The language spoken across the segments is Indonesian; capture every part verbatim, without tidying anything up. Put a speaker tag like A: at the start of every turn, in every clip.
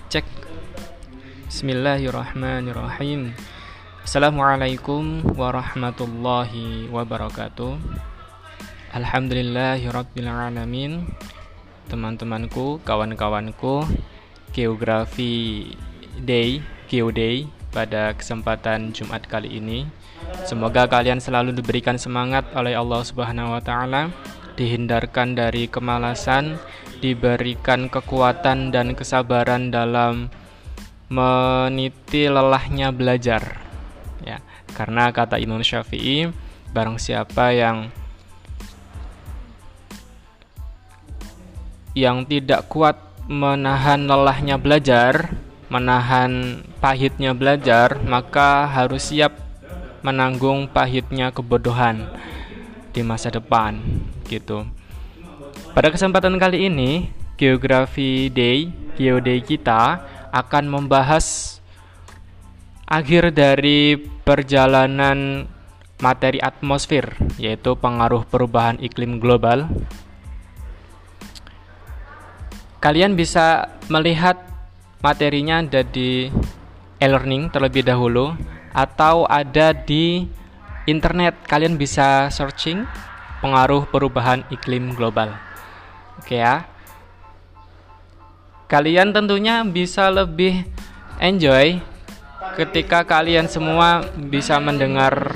A: Cek. Bismillahirrahmanirrahim. Assalamualaikum warahmatullahi wabarakatuh. Alhamdulillahirabbil alamin. Teman-temanku, kawan-kawanku, Geografi Day, Geo Day pada kesempatan Jumat kali ini. Semoga kalian selalu diberikan semangat oleh Allah Subhanahu wa taala, dihindarkan dari kemalasan, diberikan kekuatan dan kesabaran dalam meniti lelahnya belajar. Ya, karena kata Imam Syafi'i, barang siapa yang yang tidak kuat menahan lelahnya belajar, menahan pahitnya belajar, maka harus siap menanggung pahitnya kebodohan di masa depan, gitu. Pada kesempatan kali ini, Geografi Day, Geo Day kita akan membahas akhir dari perjalanan materi atmosfer, yaitu pengaruh perubahan iklim global. Kalian bisa melihat materinya ada di e-learning terlebih dahulu, atau ada di internet. Kalian bisa searching pengaruh perubahan iklim global. Oke ya. Kalian tentunya bisa lebih enjoy ketika kalian semua bisa mendengar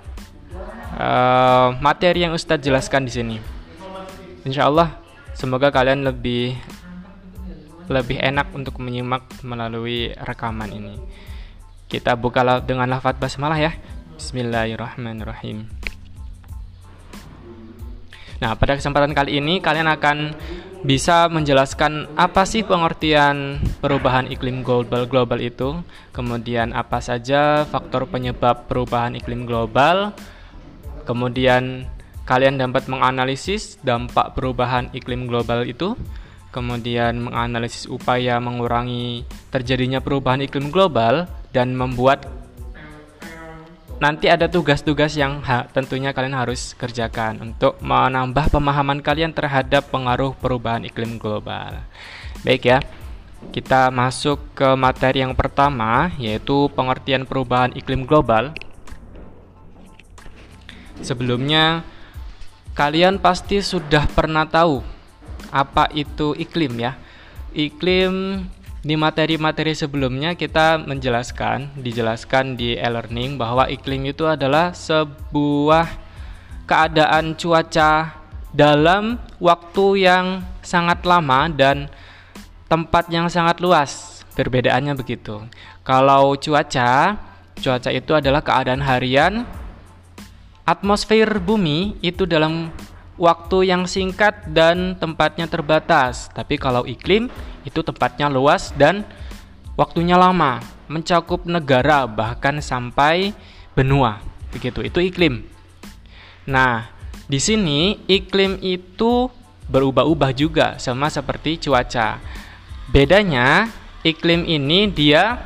A: uh, materi yang Ustadz jelaskan di sini. Insya Allah, semoga kalian lebih lebih enak untuk menyimak melalui rekaman ini. Kita buka dengan lafaz basmalah ya. Bismillahirrahmanirrahim. Nah, pada kesempatan kali ini kalian akan bisa menjelaskan apa sih pengertian perubahan iklim global global itu, kemudian apa saja faktor penyebab perubahan iklim global, kemudian kalian dapat menganalisis dampak perubahan iklim global itu, kemudian menganalisis upaya mengurangi terjadinya perubahan iklim global, dan membuat nanti ada tugas-tugas yang ha, tentunya kalian harus kerjakan untuk menambah pemahaman kalian terhadap pengaruh perubahan iklim global. Baik ya, kita masuk ke materi yang pertama, yaitu pengertian perubahan iklim global. Sebelumnya, kalian pasti sudah pernah tahu apa itu iklim ya. Iklim di materi-materi sebelumnya kita menjelaskan, dijelaskan di e-learning bahwa iklim itu adalah sebuah keadaan cuaca dalam waktu yang sangat lama dan tempat yang sangat luas. Perbedaannya begitu. Kalau cuaca, cuaca itu adalah keadaan harian atmosfer bumi itu dalam waktu yang singkat dan tempatnya terbatas. Tapi kalau iklim itu tempatnya luas dan waktunya lama, mencakup negara bahkan sampai benua. Begitu, itu iklim. Nah, di sini iklim itu berubah-ubah juga sama seperti cuaca. Bedanya, iklim ini dia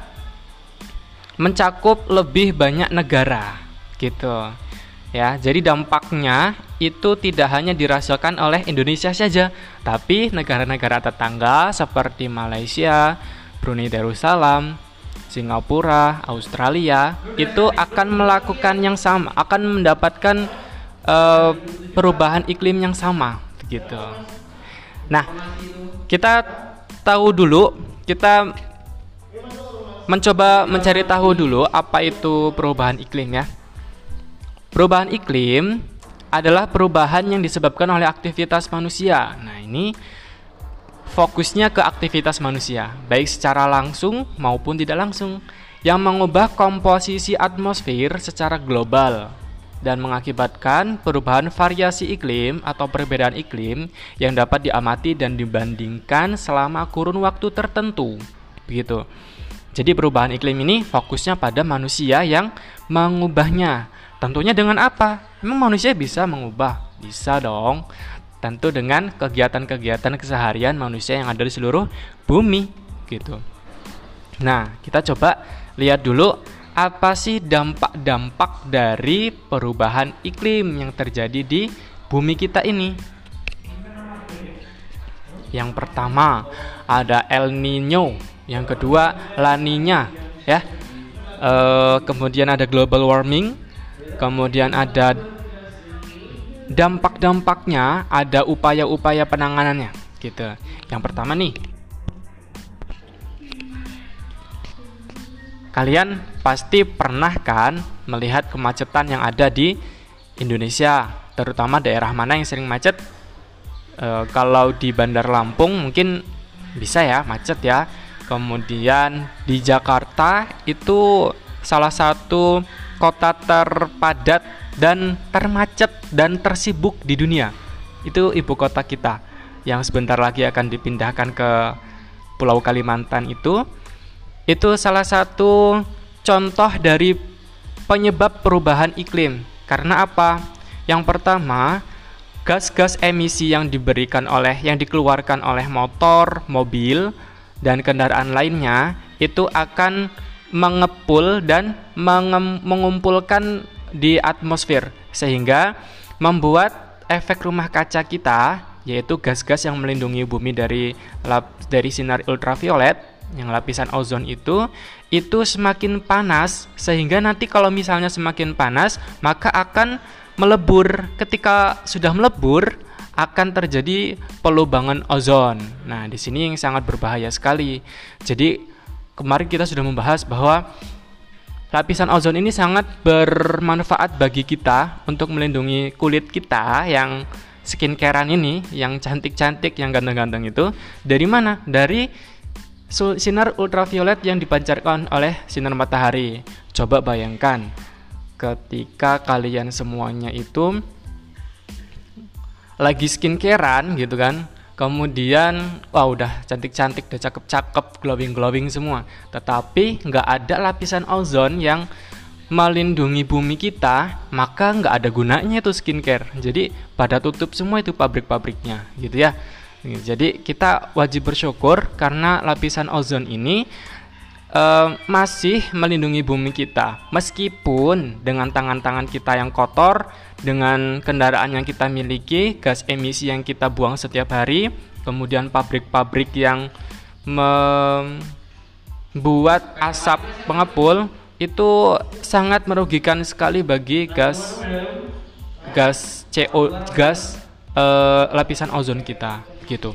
A: mencakup lebih banyak negara, gitu. Ya, jadi dampaknya itu tidak hanya dirasakan oleh Indonesia saja, tapi negara-negara tetangga seperti Malaysia, Brunei Darussalam, Singapura, Australia itu akan melakukan yang sama, akan mendapatkan uh, perubahan iklim yang sama, begitu. Nah, kita tahu dulu, kita mencoba mencari tahu dulu apa itu perubahan iklim ya. Perubahan iklim adalah perubahan yang disebabkan oleh aktivitas manusia. Nah, ini fokusnya ke aktivitas manusia, baik secara langsung maupun tidak langsung, yang mengubah komposisi atmosfer secara global dan mengakibatkan perubahan variasi iklim atau perbedaan iklim yang dapat diamati dan dibandingkan selama kurun waktu tertentu. Begitu. Jadi perubahan iklim ini fokusnya pada manusia yang mengubahnya. Tentunya dengan apa? Memang manusia bisa mengubah? Bisa dong. Tentu dengan kegiatan-kegiatan keseharian manusia yang ada di seluruh bumi, gitu. Nah, kita coba lihat dulu apa sih dampak-dampak dari perubahan iklim yang terjadi di bumi kita ini. Yang pertama, ada El Niño. Yang kedua La Nina ya. E, kemudian ada global warming, kemudian ada dampak-dampaknya, ada upaya-upaya penanganannya gitu. Yang pertama nih, kalian pasti pernah kan melihat kemacetan yang ada di Indonesia, terutama daerah mana yang sering macet? E, kalau di Bandar Lampung mungkin bisa ya macet ya. Kemudian di Jakarta itu salah satu kota terpadat dan termacet dan tersibuk di dunia. Itu ibu kota kita yang sebentar lagi akan dipindahkan ke Pulau Kalimantan itu. Itu salah satu contoh dari penyebab perubahan iklim. Karena apa? Yang pertama, gas-gas emisi yang diberikan oleh yang dikeluarkan oleh motor, mobil, dan kendaraan lainnya itu akan mengepul dan mengumpulkan di atmosfer, sehingga membuat efek rumah kaca kita, yaitu gas-gas yang melindungi bumi dari lap, dari sinar ultraviolet, yang lapisan ozon itu itu semakin panas, sehingga nanti kalau misalnya semakin panas maka akan melebur. Ketika sudah melebur akan terjadi pelubangan ozon. Nah, di sini yang sangat berbahaya sekali. Jadi kemarin kita sudah membahas bahwa lapisan ozon ini sangat bermanfaat bagi kita untuk melindungi kulit kita yang skincarean ini, yang cantik-cantik, yang ganteng-ganteng itu. Dari mana? Dari sinar ultraviolet yang dipancarkan oleh sinar matahari. Coba bayangkan ketika kalian semuanya itu lagi skincarean gitu kan, kemudian wah udah cantik-cantik, udah cakep-cakep, glowing-glowing semua, tetapi nggak ada lapisan ozon yang melindungi bumi kita, maka nggak ada gunanya itu skincare. Jadi pada tutup semua itu pabrik-pabriknya gitu ya. Jadi kita wajib bersyukur karena lapisan ozon ini uh, masih melindungi bumi kita. Meskipun dengan tangan-tangan kita yang kotor, dengan kendaraan yang kita miliki, gas emisi yang kita buang setiap hari, kemudian pabrik-pabrik yang membuat asap pengepul, itu sangat merugikan sekali bagi gas gas C O gas uh, lapisan ozon kita gitu.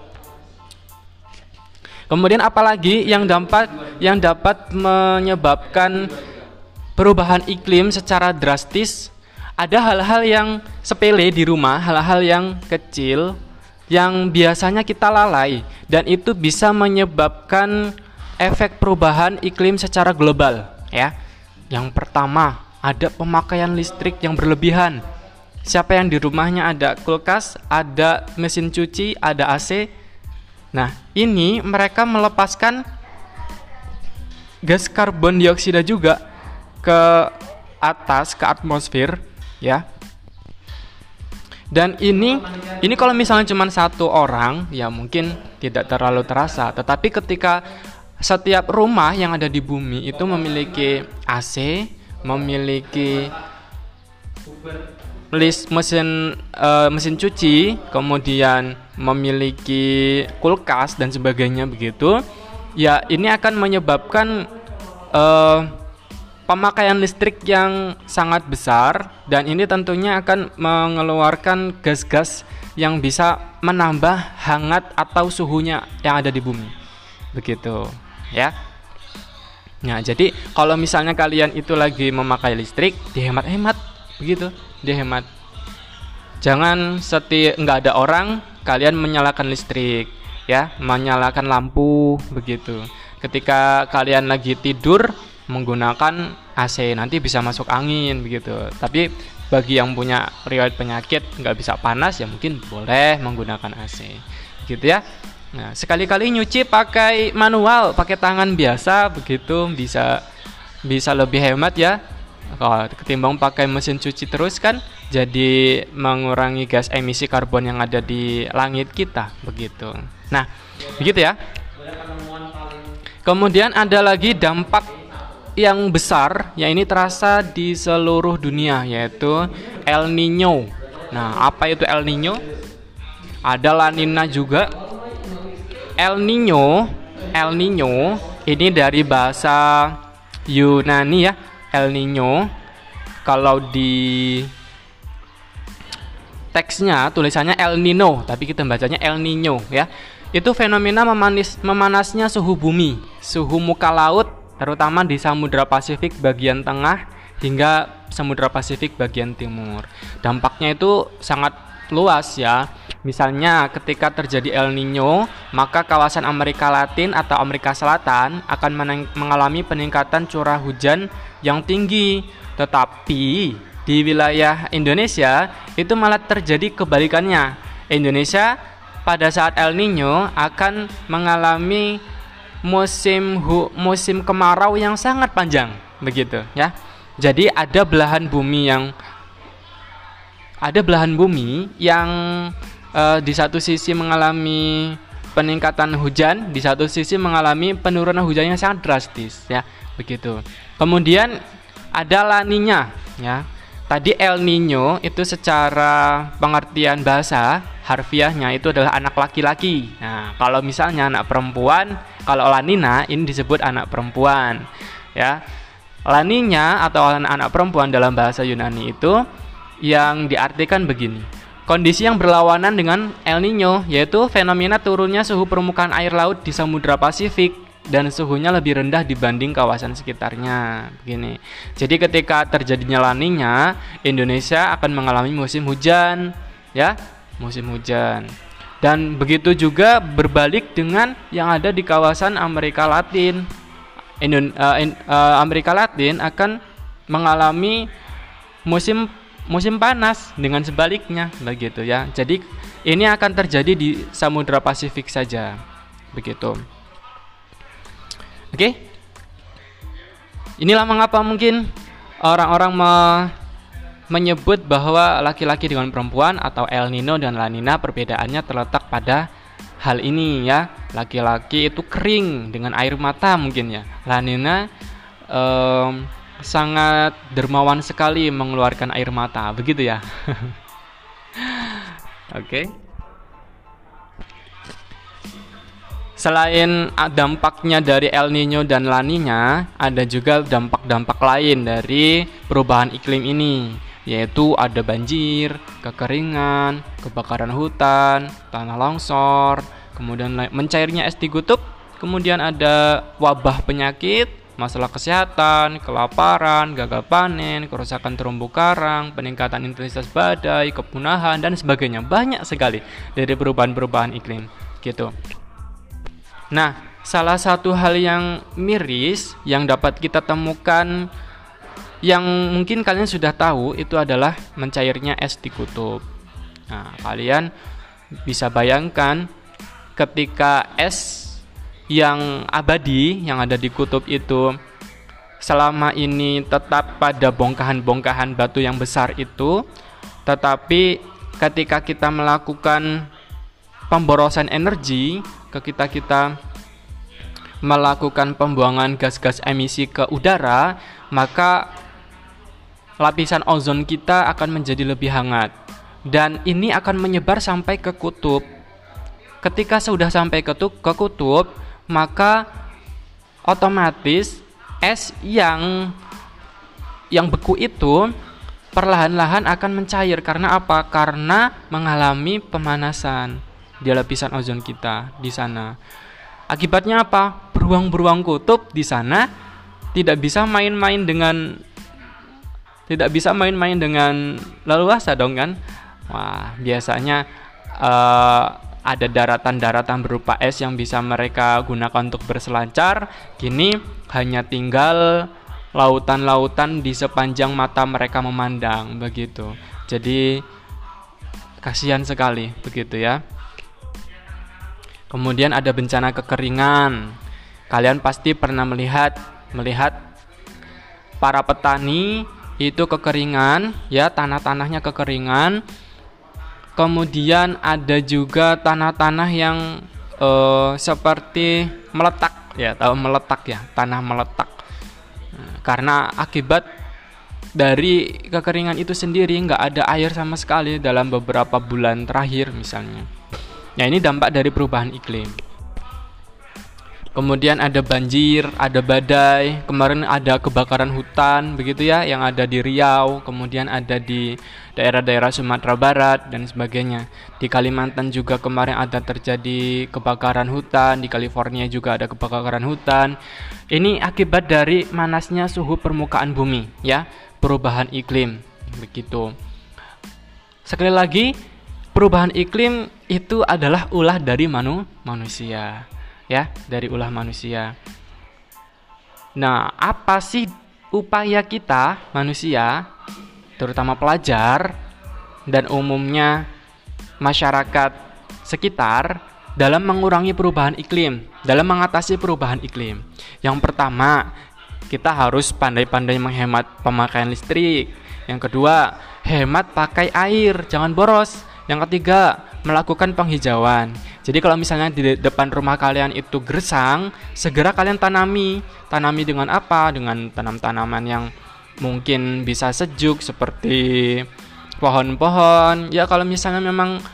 A: Kemudian apalagi yang dapat yang dapat menyebabkan perubahan iklim secara drastis? Ada hal-hal yang sepele di rumah, hal-hal yang kecil yang biasanya kita lalai, dan itu bisa menyebabkan efek perubahan iklim secara global ya. Yang pertama, ada pemakaian listrik yang berlebihan. Siapa yang di rumahnya ada kulkas, ada mesin cuci, ada A C? Nah, ini mereka melepaskan gas karbon dioksida juga ke atas, ke atmosfer, ya. Dan ini, ini kalau misalnya cuma satu orang, ya mungkin tidak terlalu terasa. Tetapi ketika setiap rumah yang ada di bumi itu memiliki A C, memiliki list mesin uh, mesin cuci, kemudian memiliki kulkas dan sebagainya begitu, ya ini akan menyebabkan uh, pemakaian listrik yang sangat besar, dan ini tentunya akan mengeluarkan gas-gas yang bisa menambah hangat atau suhunya yang ada di bumi begitu ya. Nah, jadi kalau misalnya kalian itu lagi memakai listrik, dihemat-hemat begitu, dihemat. Jangan setiap nggak ada orang kalian menyalakan listrik ya, menyalakan lampu begitu. Ketika kalian lagi tidur menggunakan A C, nanti bisa masuk angin begitu. Tapi bagi yang punya riwayat penyakit nggak bisa panas, ya mungkin boleh menggunakan A C gitu ya. Nah, sekali-kali nyuci pakai manual, pakai tangan biasa begitu, bisa bisa lebih hemat ya. Kalau ketimbang pakai mesin cuci terus kan, jadi mengurangi gas emisi karbon yang ada di langit kita begitu. Nah, begitu ya. Kemudian ada lagi dampak yang besar, ya ini terasa di seluruh dunia, yaitu El Nino. Nah, apa itu El Nino? Ada La Nina juga. El Nino El Nino ini dari bahasa Yunani ya, El Nino. Kalau di teksnya tulisannya El Nino, tapi kita bacanya El Nino ya. Itu fenomena memanis, memanasnya suhu bumi, suhu muka laut, terutama di Samudra Pasifik bagian tengah hingga Samudra Pasifik bagian timur. Dampaknya itu sangat luas ya. Misalnya ketika terjadi El Nino, maka kawasan Amerika Latin atau Amerika Selatan akan mengalami peningkatan curah hujan yang tinggi. Tetapi di wilayah Indonesia itu malah terjadi kebalikannya. Indonesia pada saat El Nino akan mengalami musim hu, musim kemarau yang sangat panjang, begitu ya. Jadi ada belahan bumi yang ada belahan bumi yang uh, di satu sisi mengalami peningkatan hujan, di satu sisi mengalami penurunan hujan yang sangat drastis ya, begitu. Kemudian ada La Niña ya. Tadi El Nino itu secara pengertian bahasa harfiahnya itu adalah anak laki-laki. Nah, kalau misalnya anak perempuan, kalau La Nina ini disebut anak perempuan ya. La Niña atau anak perempuan dalam bahasa Yunani itu yang diartikan begini: kondisi yang berlawanan dengan El Nino, yaitu fenomena turunnya suhu permukaan air laut di Samudra Pasifik dan suhunya lebih rendah dibanding kawasan sekitarnya. Begini. Jadi ketika terjadinya La Niña, Indonesia akan mengalami musim hujan, ya, musim hujan. Dan begitu juga berbalik dengan yang ada di kawasan Amerika Latin. Indon, uh, in, uh, Amerika Latin akan mengalami musim musim panas dengan sebaliknya, begitu ya. Jadi ini akan terjadi di Samudra Pasifik saja, begitu. Oke, inilah mengapa mungkin orang-orang me- menyebut bahwa laki-laki dengan perempuan atau El Nino dan La Nina perbedaannya terletak pada hal ini ya. Laki-laki itu kering dengan air mata mungkin ya. La Nina um, sangat dermawan sekali mengeluarkan air mata, begitu ya. Oke. Okay. Selain dampaknya dari El Nino dan La Niña, ada juga dampak-dampak lain dari perubahan iklim ini, yaitu ada banjir, kekeringan, kebakaran hutan, tanah longsor, kemudian mencairnya es di kutub, kemudian ada wabah penyakit, masalah kesehatan, kelaparan, gagal panen, kerusakan terumbu karang, peningkatan intensitas badai, kepunahan, dan sebagainya. Banyak sekali dari perubahan-perubahan iklim gitu. Nah, salah satu hal yang miris yang dapat kita temukan yang mungkin kalian sudah tahu itu adalah mencairnya es di kutub. Nah, kalian bisa bayangkan ketika es yang abadi yang ada di kutub itu selama ini tetap pada bongkahan-bongkahan batu yang besar itu, tetapi ketika kita melakukan pemborosan energi, ketika kita melakukan pembuangan gas-gas emisi ke udara, maka lapisan ozon kita akan menjadi lebih hangat dan ini akan menyebar sampai ke kutub. Ketika sudah sampai ke, ke kutub, maka otomatis es yang yang beku itu perlahan-lahan akan mencair. Karena apa? Karena mengalami pemanasan di lapisan ozon kita di sana. Akibatnya apa? Beruang-beruang kutub di sana tidak bisa main-main dengan tidak bisa main-main dengan leluasa dong kan? Wah, biasanya uh, ada daratan-daratan berupa es yang bisa mereka gunakan untuk berselancar. Kini hanya tinggal lautan-lautan di sepanjang mata mereka memandang, begitu. Jadi kasihan sekali, begitu ya. Kemudian ada bencana kekeringan. Kalian pasti pernah melihat melihat para petani itu kekeringan, ya, tanah-tanahnya kekeringan. Kemudian ada juga tanah-tanah yang uh, seperti meletak, ya, tahu meletak ya, tanah meletak. Nah, karena akibat dari kekeringan itu sendiri nggak ada air sama sekali dalam beberapa bulan terakhir misalnya. Nah, ini dampak dari perubahan iklim. Kemudian ada banjir, ada badai, kemarin ada kebakaran hutan begitu ya yang ada di Riau, kemudian ada di daerah-daerah Sumatera Barat dan sebagainya. Di Kalimantan juga kemarin ada terjadi kebakaran hutan, di California juga ada kebakaran hutan. Ini akibat dari manasnya suhu permukaan bumi ya, perubahan iklim begitu. Sekali lagi, perubahan iklim itu adalah ulah dari manu manusia. Ya, dari ulah manusia. Nah, apa sih upaya kita manusia, terutama pelajar dan umumnya masyarakat sekitar dalam mengurangi perubahan iklim, dalam mengatasi perubahan iklim? Yang pertama, kita harus pandai-pandai menghemat pemakaian listrik. Yang kedua, hemat pakai air, jangan boros. Yang ketiga, melakukan penghijauan. Jadi kalau misalnya di depan rumah kalian itu gersang, segera kalian tanami. Tanami dengan apa? Dengan tanam-tanaman yang mungkin bisa sejuk seperti pohon-pohon. Ya kalau misalnya memang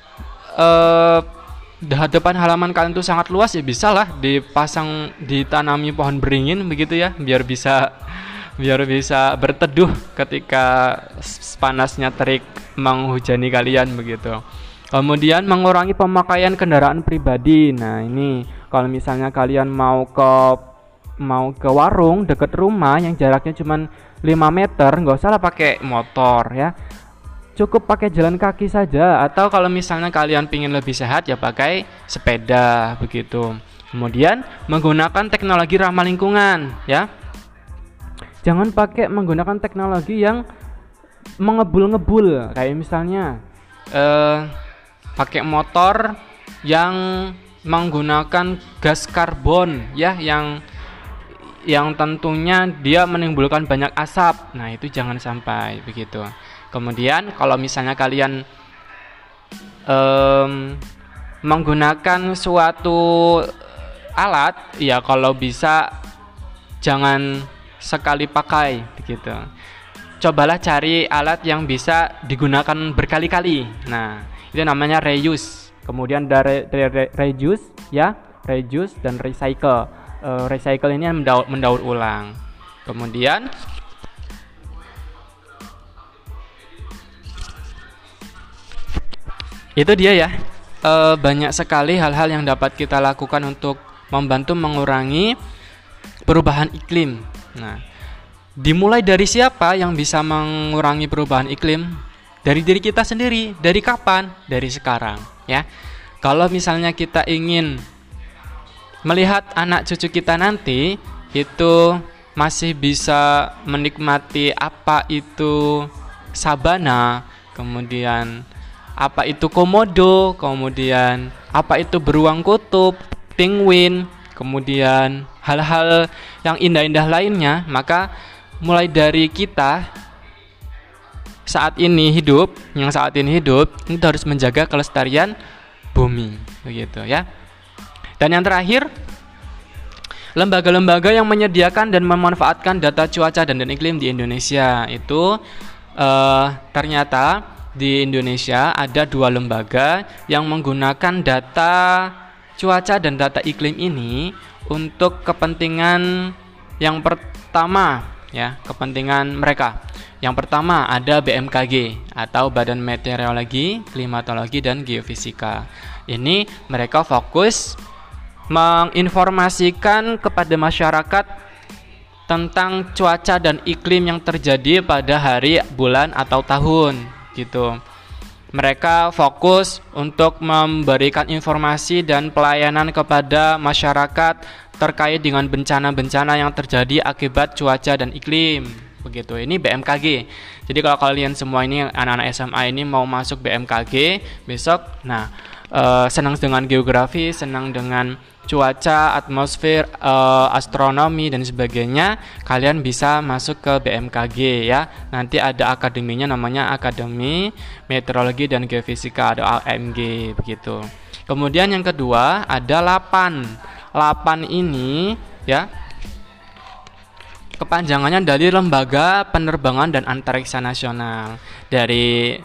A: eh, depan halaman kalian itu sangat luas, ya bisalah dipasang, ditanami pohon beringin begitu ya, biar bisa biar bisa berteduh ketika panasnya terik menghujani kalian begitu. Kemudian mengurangi pemakaian kendaraan pribadi. Nah ini kalau misalnya kalian mau ke mau ke warung dekat rumah yang jaraknya cuma lima meter, nggak usah lah pakai motor ya, cukup pakai jalan kaki saja. Atau kalau misalnya kalian pingin lebih sehat ya pakai sepeda begitu. Kemudian menggunakan teknologi ramah lingkungan ya, jangan pakai menggunakan teknologi yang mengebul-ngebul, kayak misalnya eh, pakai motor yang menggunakan gas karbon ya, yang yang tentunya dia menimbulkan banyak asap. Nah itu jangan sampai begitu. Kemudian kalau misalnya kalian um, menggunakan suatu alat, ya kalau bisa jangan sekali pakai begitu. Cobalah cari alat yang bisa digunakan berkali-kali. Nah itu namanya reuse. Kemudian dari re, re, reuse ya, reuse dan recycle. Uh, recycle ini mendaur, mendaur ulang. Kemudian itu dia ya. Uh, banyak sekali hal-hal yang dapat kita lakukan untuk membantu mengurangi perubahan iklim. Nah, dimulai dari siapa yang bisa mengurangi perubahan iklim? Dari diri kita sendiri. Dari kapan? Dari sekarang ya. Kalau misalnya kita ingin melihat anak cucu kita nanti itu masih bisa menikmati apa itu sabana, kemudian apa itu komodo, kemudian apa itu beruang kutub, penguin, kemudian hal-hal yang indah-indah lainnya, maka mulai dari kita saat ini hidup, yang saat ini hidup, kita harus menjaga kelestarian bumi, begitu ya. Dan yang terakhir, lembaga-lembaga yang menyediakan dan memanfaatkan data cuaca dan, dan iklim di Indonesia itu eh, ternyata di Indonesia ada dua lembaga yang menggunakan data cuaca dan data iklim ini untuk kepentingan yang pertama ya, kepentingan mereka. Yang pertama ada B M K G atau Badan Meteorologi, Klimatologi dan Geofisika. Ini mereka fokus menginformasikan kepada masyarakat tentang cuaca dan iklim yang terjadi pada hari, bulan atau tahun gitu. Mereka fokus untuk memberikan informasi dan pelayanan kepada masyarakat terkait dengan bencana-bencana yang terjadi akibat cuaca dan iklim. Begitu. Ini B M K G. Jadi kalau kalian semua ini anak-anak S M A ini mau masuk B M K G besok, nah e, senang dengan geografi, senang dengan cuaca, atmosfer, e, astronomi dan sebagainya, kalian bisa masuk ke B M K G ya. Nanti ada akademinya namanya Akademi Meteorologi dan Geofisika, ada A M G begitu. Kemudian yang kedua ada LAPAN. LAPAN ini ya kepanjangannya dari Lembaga Penerbangan dan Antariksa Nasional. Dari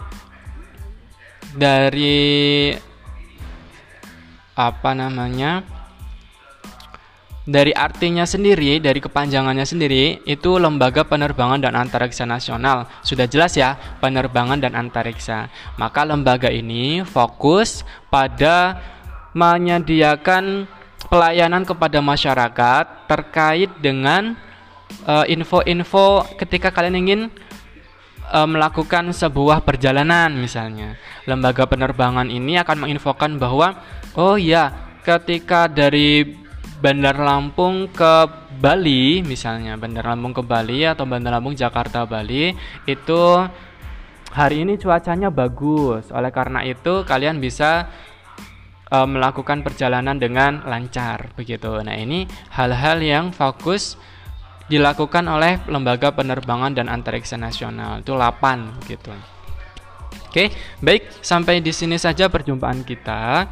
A: dari apa namanya? dari artinya sendiri, dari kepanjangannya sendiri, itu Lembaga Penerbangan dan Antariksa Nasional. Sudah jelas ya, penerbangan dan antariksa. Maka lembaga ini fokus pada menyediakan pelayanan kepada masyarakat terkait dengan uh, info-info ketika kalian ingin uh, melakukan sebuah perjalanan misalnya. Lembaga penerbangan ini akan menginfokan bahwa, oh ya, ketika dari Bandar Lampung ke Bali misalnya, Bandar Lampung ke Bali atau Bandar Lampung Jakarta Bali, itu hari ini cuacanya bagus. Oleh karena itu kalian bisa e, melakukan perjalanan dengan lancar begitu. Nah, ini hal-hal yang fokus dilakukan oleh Lembaga Penerbangan dan Antariksa Nasional. Itu delapan gitu. Oke, baik, sampai di sini saja perjumpaan kita.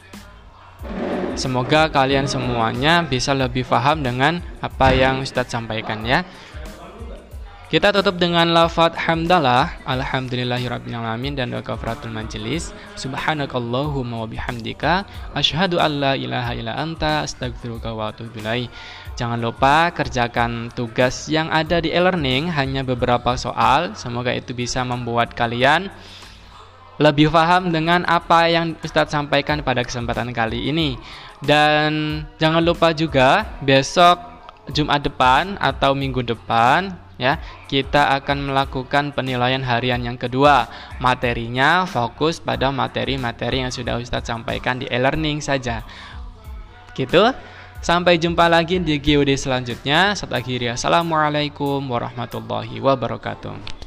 A: Semoga kalian semuanya bisa lebih paham dengan apa yang Ustadz sampaikan ya. Kita tutup dengan lafaz hamdalah, alhamdulillahirrabbilalamin, dan doa kafaratul majelis. Subhanakallahumma wa bihamdika asyhadu an la ilaha illa anta astaghfiruka wa atubu ilaik. Jangan lupa kerjakan tugas yang ada di e-learning, hanya beberapa soal. Semoga itu bisa membuat kalian lebih paham dengan apa yang Ustadz sampaikan pada kesempatan kali ini. Dan jangan lupa juga besok Jumat depan atau minggu depan ya, kita akan melakukan penilaian harian yang kedua. Materinya fokus pada materi-materi yang sudah Ustadz sampaikan di e-learning saja. Gitu. Sampai jumpa lagi di G O D selanjutnya. Saya akhiri. Assalamualaikum warahmatullahi wabarakatuh.